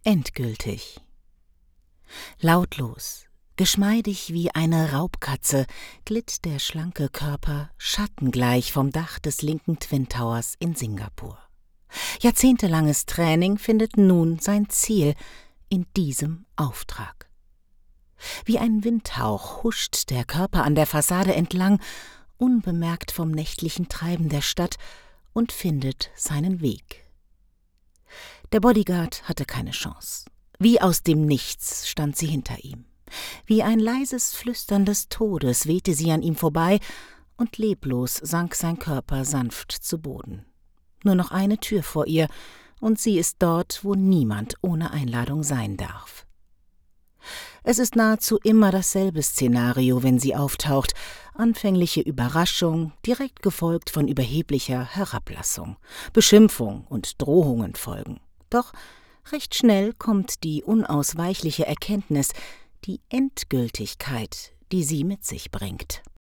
Endgültig. Lautlos, geschmeidig wie eine Raubkatze, glitt der schlanke Körper schattengleich vom Dach des linken Twin Towers in Singapur. Jahrzehntelanges Training findet nun sein Ziel in diesem Auftrag. Wie ein Windhauch huscht der Körper an der Fassade entlang, unbemerkt vom nächtlichen Treiben der Stadt, und findet seinen Weg. Der Bodyguard hatte keine Chance. Wie aus dem Nichts stand sie hinter ihm. Wie ein leises Flüstern des Todes wehte sie an ihm vorbei, und leblos sank sein Körper sanft zu Boden. Nur noch eine Tür vor ihr, und sie ist dort, wo niemand ohne Einladung sein darf. Es ist nahezu immer dasselbe Szenario, wenn sie auftaucht. Anfängliche Überraschung, direkt gefolgt von überheblicher Herablassung. Beschimpfung und Drohungen folgen. Doch recht schnell kommt die unausweichliche Erkenntnis, die Endgültigkeit, die sie mit sich bringt.